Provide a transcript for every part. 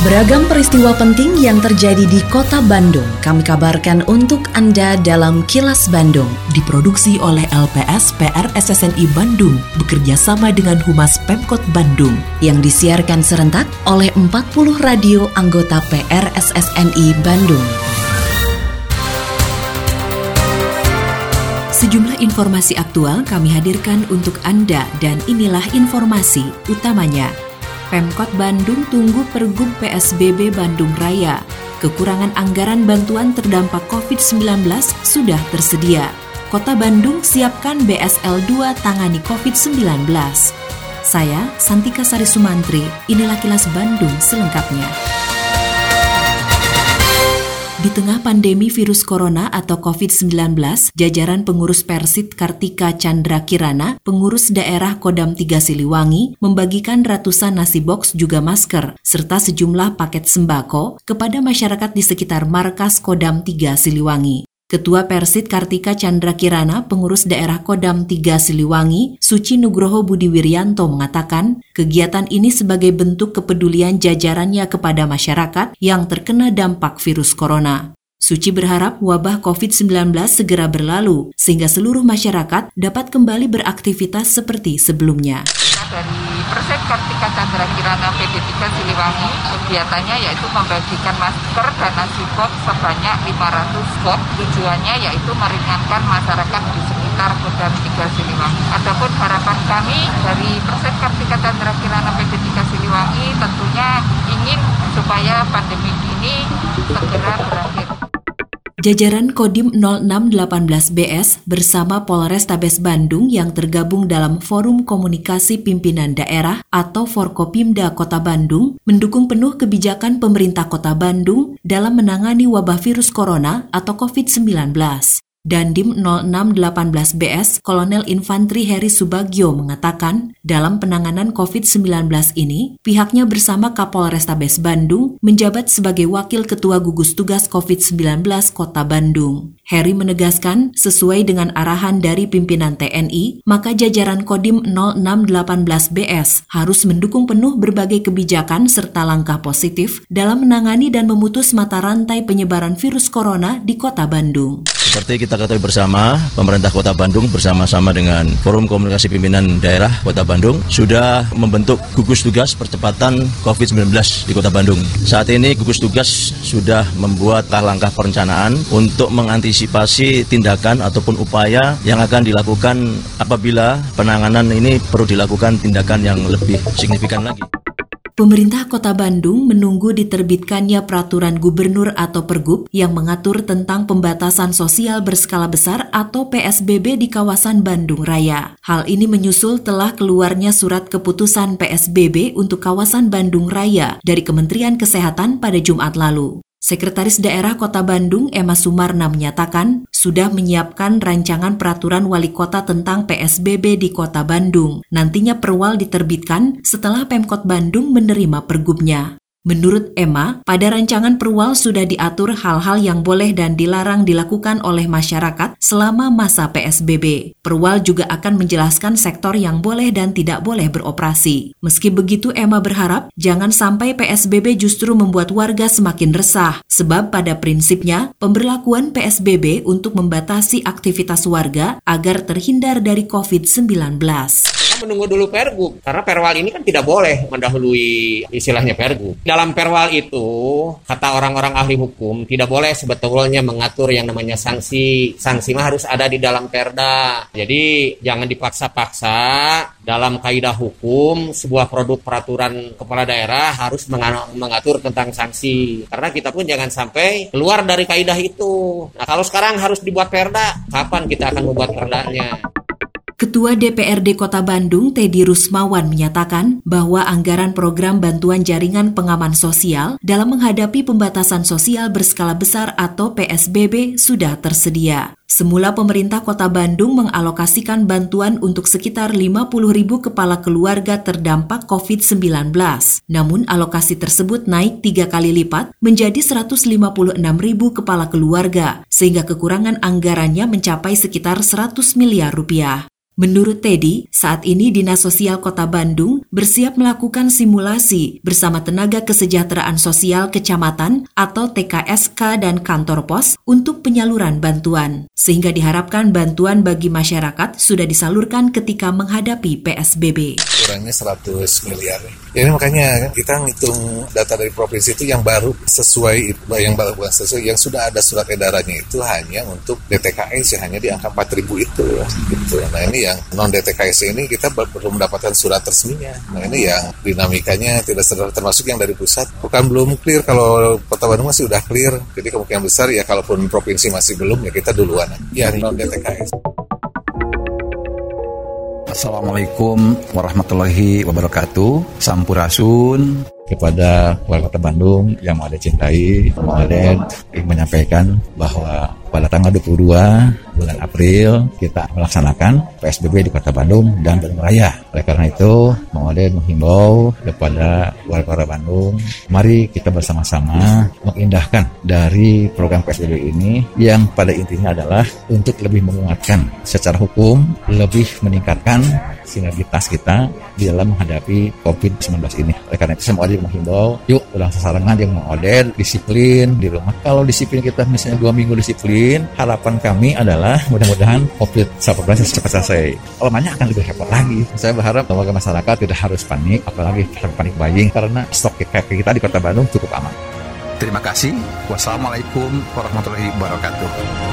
Beragam peristiwa penting yang terjadi di Kota Bandung kami kabarkan untuk Anda dalam Kilas Bandung. Diproduksi oleh LPS PR SSNI Bandung bekerja sama dengan Humas Pemkot Bandung. Yang disiarkan serentak oleh 40 radio anggota PR SSNI Bandung. Sejumlah informasi aktual kami hadirkan untuk Anda dan inilah informasi utamanya. Pemkot Bandung tunggu Pergub PSBB Bandung Raya. Kekurangan anggaran bantuan terdampak COVID-19 sudah tersedia. Kota Bandung siapkan BSL 2 tangani COVID-19. Saya, Santika Sari Sumantri, inilah Kilas Bandung selengkapnya. Di tengah pandemi virus corona atau COVID-19, jajaran pengurus Persit Kartika Chandra Kirana, pengurus daerah Kodam 3 Siliwangi, membagikan ratusan nasi box juga masker, serta sejumlah paket sembako kepada masyarakat di sekitar markas Kodam 3 Siliwangi. Ketua Persit Kartika Chandra Kirana, pengurus daerah Kodam 3 Siliwangi, Suci Nugroho Budi Wiryanto mengatakan, kegiatan ini sebagai bentuk kepedulian jajarannya kepada masyarakat yang terkena dampak virus corona. Suci berharap wabah COVID-19 segera berlalu, sehingga seluruh masyarakat dapat kembali beraktivitas seperti sebelumnya. Dari Persit Kartika Chandra Kirana PD 3 Siliwangi, kegiatannya yaitu membagikan masker dan nasi box sebanyak 500 box. Tujuannya yaitu meringankan masyarakat di sekitar Kodam 3 Siliwangi. Adapun harapan kami dari Persit Kartika Chandra Kirana PD 3 Siliwangi tentunya ingin supaya pandemi ini segera berakhir. Jajaran Kodim 0618BS bersama Polrestabes Bandung yang tergabung dalam Forum Komunikasi Pimpinan Daerah atau Forkopimda Kota Bandung mendukung penuh kebijakan pemerintah Kota Bandung dalam menangani wabah virus corona atau COVID-19. Dandim 0618BS Kolonel Infantri Heri Subagio mengatakan, dalam penanganan COVID-19 ini, pihaknya bersama Kapolrestabes Bandung menjabat sebagai Wakil Ketua Gugus Tugas COVID-19 Kota Bandung. Heri menegaskan, sesuai dengan arahan dari pimpinan TNI, maka jajaran Kodim 0618BS harus mendukung penuh berbagai kebijakan serta langkah positif dalam menangani dan memutus mata rantai penyebaran virus corona di Kota Bandung. Seperti kita ketahui bersama, pemerintah Kota Bandung bersama-sama dengan Forum Komunikasi Pimpinan Daerah Kota Bandung sudah membentuk gugus tugas percepatan COVID-19 di Kota Bandung. Saat ini gugus tugas sudah membuat langkah perencanaan untuk mengantisipasi tindakan ataupun upaya yang akan dilakukan apabila penanganan ini perlu dilakukan tindakan yang lebih signifikan lagi. Pemerintah Kota Bandung menunggu diterbitkannya peraturan gubernur atau Pergub yang mengatur tentang pembatasan sosial berskala besar atau PSBB di kawasan Bandung Raya. Hal ini menyusul telah keluarnya surat keputusan PSBB untuk kawasan Bandung Raya dari Kementerian Kesehatan pada Jumat lalu. Sekretaris Daerah Kota Bandung, Emma Sumarna, menyatakan sudah menyiapkan rancangan peraturan wali kota tentang PSBB di Kota Bandung. Nantinya perwal diterbitkan setelah Pemkot Bandung menerima pergubnya. Menurut Emma, pada rancangan perwal sudah diatur hal-hal yang boleh dan dilarang dilakukan oleh masyarakat selama masa PSBB. Perwal juga akan menjelaskan sektor yang boleh dan tidak boleh beroperasi. Meski begitu, Emma berharap jangan sampai PSBB justru membuat warga semakin resah, sebab pada prinsipnya pemberlakuan PSBB untuk membatasi aktivitas warga agar terhindar dari COVID-19. Menunggu dulu Pergub, karena perwal ini kan tidak boleh mendahului istilahnya Pergub. Dalam perwal itu, kata orang-orang ahli hukum, tidak boleh sebetulnya mengatur yang namanya sanksi. Sanksi mah harus ada di dalam perda. Jadi jangan dipaksa-paksa dalam kaidah hukum sebuah produk peraturan kepala daerah harus mengatur tentang sanksi. Karena kita pun jangan sampai keluar dari kaidah itu. Nah, kalau sekarang harus dibuat perda, kapan kita akan membuat perdanya? Ketua DPRD Kota Bandung, Teddy Rusmawan, menyatakan bahwa anggaran program bantuan jaringan pengaman sosial dalam menghadapi pembatasan sosial berskala besar atau PSBB sudah tersedia. Semula pemerintah Kota Bandung mengalokasikan bantuan untuk sekitar 50.000 kepala keluarga terdampak COVID-19. Namun alokasi tersebut naik 3 kali lipat menjadi 156.000 kepala keluarga, sehingga kekurangan anggarannya mencapai sekitar 100 miliar rupiah. Menurut Teddy, saat ini Dinas Sosial Kota Bandung bersiap melakukan simulasi bersama Tenaga Kesejahteraan Sosial Kecamatan atau TKSK dan kantor pos untuk penyaluran bantuan. Sehingga diharapkan bantuan bagi masyarakat sudah disalurkan ketika menghadapi PSBB. Kurangnya 100 miliar. Ini makanya kita ngitung data dari provinsi itu yang baru sesuai, yang sudah ada surat edarannya itu hanya untuk DTKS yang hanya di angka 4.000 itu. Gitu. Nah ini yang non-DTKS ini kita belum mendapatkan surat resminya. Nah ini yang dinamikanya tidak termasuk yang dari pusat. Bukan belum clear, kalau Kota Bandung masih udah clear. Jadi kemungkinan besar ya kalaupun provinsi masih belum ya kita duluan. Ya non-DTKS. Assalamualaikum warahmatullahi wabarakatuh. Sampurasun kepada warga Kota Bandung yang mau cintai. Kemudian ingin menyampaikan bahwa pada tanggal 22 bulan April kita melaksanakan PSBB di Kota Bandung dan Bandung Raya. Oleh karena itu, kemudian menghimbau kepada warga Bandung, mari kita bersama-sama mengindahkan dari program PSBB ini yang pada intinya adalah untuk lebih menguatkan secara hukum, lebih meningkatkan sinergitas kita di dalam menghadapi COVID-19 ini. Oleh karena itu, semua menghimbau, yuk ulang sasarangan yang mengodet, disiplin di rumah. Kalau disiplin kita misalnya 2 minggu disiplin, harapan kami adalah mudah-mudahan COVID-19 cepat selesai. Kalau banyak akan lebih repot lagi. Saya berharap warga masyarakat tidak harus panik, apalagi panik buying, karena stok kita di Kota Bandung cukup aman. Terima kasih. Wassalamualaikum warahmatullahi wabarakatuh.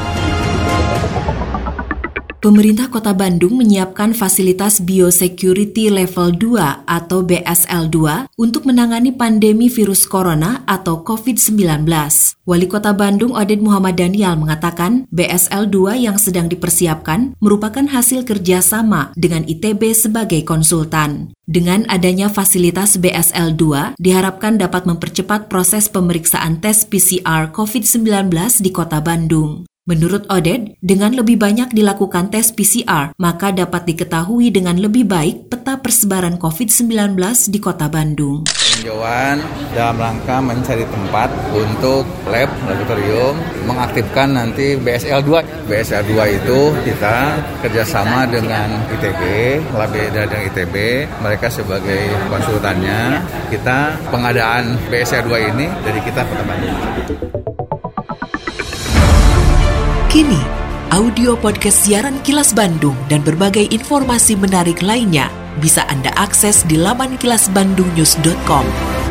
Pemerintah Kota Bandung menyiapkan fasilitas biosecurity level 2 atau BSL2 untuk menangani pandemi virus corona atau COVID-19. Wali Kota Bandung Oded Muhammad Daniel mengatakan BSL2 yang sedang dipersiapkan merupakan hasil kerjasama dengan ITB sebagai konsultan. Dengan adanya fasilitas BSL2, diharapkan dapat mempercepat proses pemeriksaan tes PCR COVID-19 di Kota Bandung. Menurut Oded, dengan lebih banyak dilakukan tes PCR, maka dapat diketahui dengan lebih baik peta persebaran COVID-19 di Kota Bandung. Tinjauan dalam rangka mencari tempat untuk laboratorium mengaktifkan nanti BSL2. BSL2 itu kita kerjasama dengan ITB, Labeda dan ITB, mereka sebagai konsultannya. Kita pengadaan BSL2 ini dari kita Kota Bandung. Kini, audio podcast siaran Kilas Bandung dan berbagai informasi menarik lainnya bisa Anda akses di laman kilasbandungnews.com.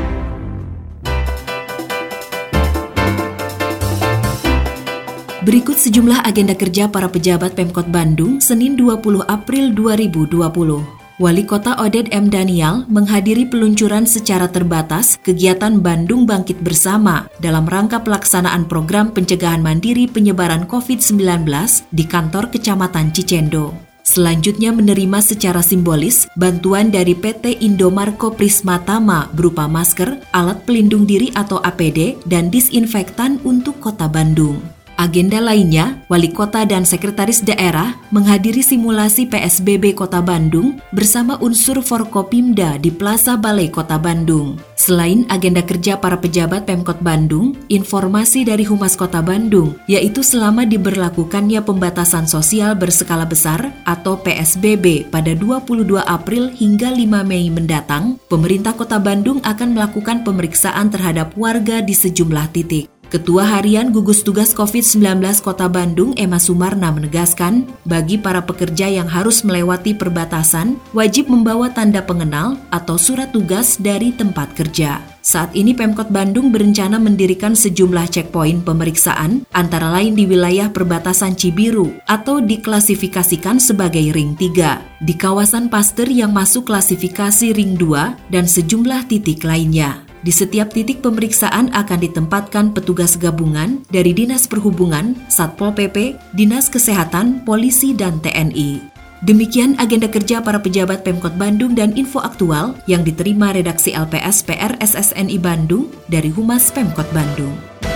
Berikut sejumlah agenda kerja para pejabat Pemkot Bandung Senin 20 April 2020. Wali Kota Oded M. Daniel menghadiri peluncuran secara terbatas kegiatan Bandung Bangkit Bersama dalam rangka pelaksanaan program pencegahan mandiri penyebaran COVID-19 di kantor Kecamatan Cicendo. Selanjutnya menerima secara simbolis bantuan dari PT Indomarko Prisma Tama berupa masker, alat pelindung diri atau APD, dan disinfektan untuk Kota Bandung. Agenda lainnya, Wali Kota dan Sekretaris Daerah menghadiri simulasi PSBB Kota Bandung bersama unsur Forkopimda di Plaza Balai Kota Bandung. Selain agenda kerja para pejabat Pemkot Bandung, informasi dari Humas Kota Bandung, yaitu selama diberlakukannya pembatasan sosial berskala besar atau PSBB pada 22 April hingga 5 Mei mendatang, pemerintah Kota Bandung akan melakukan pemeriksaan terhadap warga di sejumlah titik. Ketua Harian Gugus Tugas COVID-19 Kota Bandung, Emma Sumarna, menegaskan, bagi para pekerja yang harus melewati perbatasan, wajib membawa tanda pengenal atau surat tugas dari tempat kerja. Saat ini Pemkot Bandung berencana mendirikan sejumlah checkpoint pemeriksaan, antara lain di wilayah perbatasan Cibiru atau diklasifikasikan sebagai Ring 3, di kawasan Paster yang masuk klasifikasi Ring 2, dan sejumlah titik lainnya. Di setiap titik pemeriksaan akan ditempatkan petugas gabungan dari Dinas Perhubungan, Satpol PP, Dinas Kesehatan, Polisi, dan TNI. Demikian agenda kerja para pejabat Pemkot Bandung dan info aktual yang diterima redaksi LPS PR SSNI Bandung dari Humas Pemkot Bandung.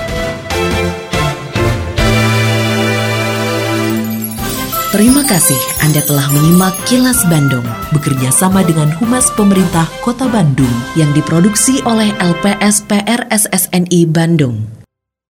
Terima kasih Anda telah menyimak Kilas Bandung bekerja sama dengan Humas Pemerintah Kota Bandung yang diproduksi oleh LPS PR SSNI Bandung.